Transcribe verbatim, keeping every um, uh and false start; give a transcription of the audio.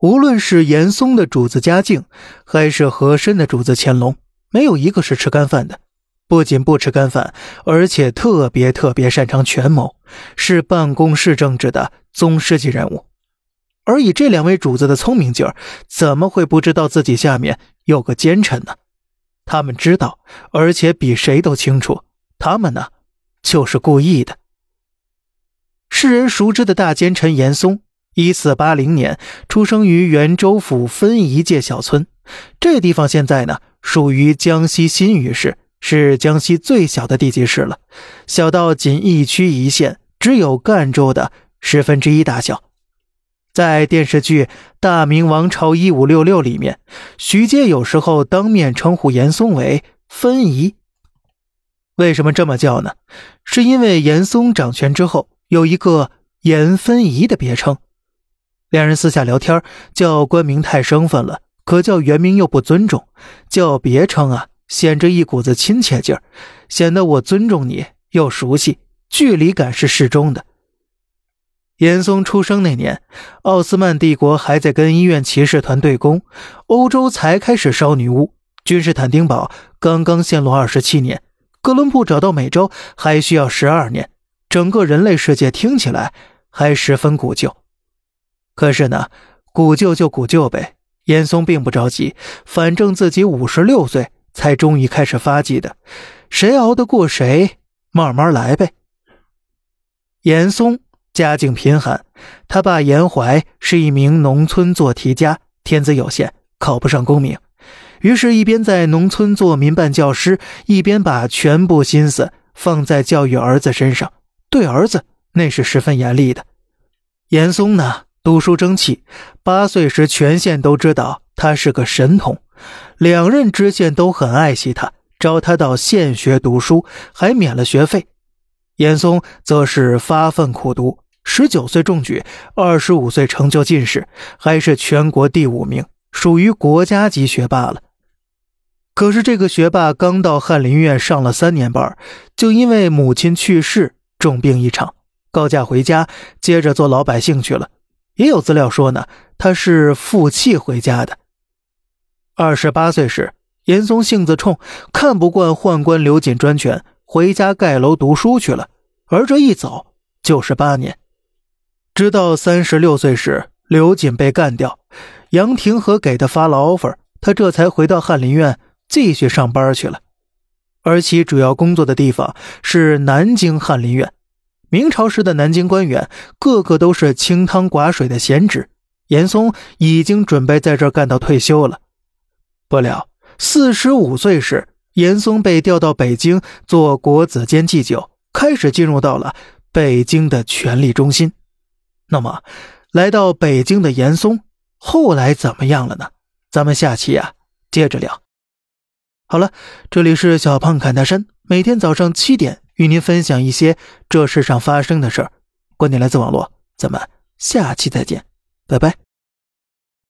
无论是严嵩的主子嘉靖，还是和珅的主子乾隆，没有一个是吃干饭的。不仅不吃干饭，而且特别特别擅长权谋，是办公室政治的宗师级人物。而以这两位主子的聪明劲儿，怎么会不知道自己下面有个奸臣呢？他们知道，而且比谁都清楚，他们呢，就是故意的。世人熟知的大奸臣严嵩，一四八零年出生于袁州府分宜界小村，这地方现在呢，属于江西新余市，是江西最小的地级市了，小到仅一区一县，只有赣州的十分之一大小。在电视剧《大明王朝一五六六》里面，徐阶有时候当面称呼严嵩为分宜。为什么这么叫呢？是因为严嵩掌权之后有一个严分宜的别称。两人私下聊天，叫官名太生分了，可叫原名又不尊重，叫别称啊，显着一股子亲切劲儿，显得我尊重你又熟悉，距离感是适中的。严嵩出生那年，奥斯曼帝国还在跟医院骑士团对攻，欧洲才开始烧女巫，君士坦丁堡刚刚陷落二十七年，哥伦布找到美洲还需要十二年，整个人类世界听起来还十分古旧。可是呢，古旧就古旧呗，严嵩并不着急，反正自己五十六岁才终于开始发迹的，谁熬得过谁，慢慢来呗。严嵩家境贫寒，他爸严怀是一名农村做题家，天资有限，考不上功名，于是一边在农村做民办教师，一边把全部心思放在教育儿子身上，对儿子那是十分严厉的。严嵩呢，读书争气，八岁时全县都知道他是个神童，两任知县都很爱惜他，招他到县学读书，还免了学费。严嵩则是发奋苦读，十九岁中举，二十五岁成就进士，还是全国第五名，属于国家级学霸了。可是这个学霸刚到翰林院上了三年班，就因为母亲去世重病一场，告假回家，接着做老百姓去了。也有资料说呢，他是负气回家的。二十八岁时，严嵩性子冲，看不惯宦官刘瑾专权，回家盖楼读书去了，而这一走就是八年。直到三十六岁时，刘瑾被干掉，杨廷和给他发了 offer， 他这才回到翰林院继续上班去了。而其主要工作的地方是南京翰林院。明朝时的南京官员个个都是清汤寡水的闲职，严嵩已经准备在这儿干到退休了。不料四十五岁时，严嵩被调到北京做国子监祭酒，开始进入到了北京的权力中心。那么来到北京的严嵩后来怎么样了呢？咱们下期啊接着聊。好了，这里是小胖侃大山，每天早上七点与您分享一些这世上发生的事儿，观点来自网络，咱们下期再见，拜拜。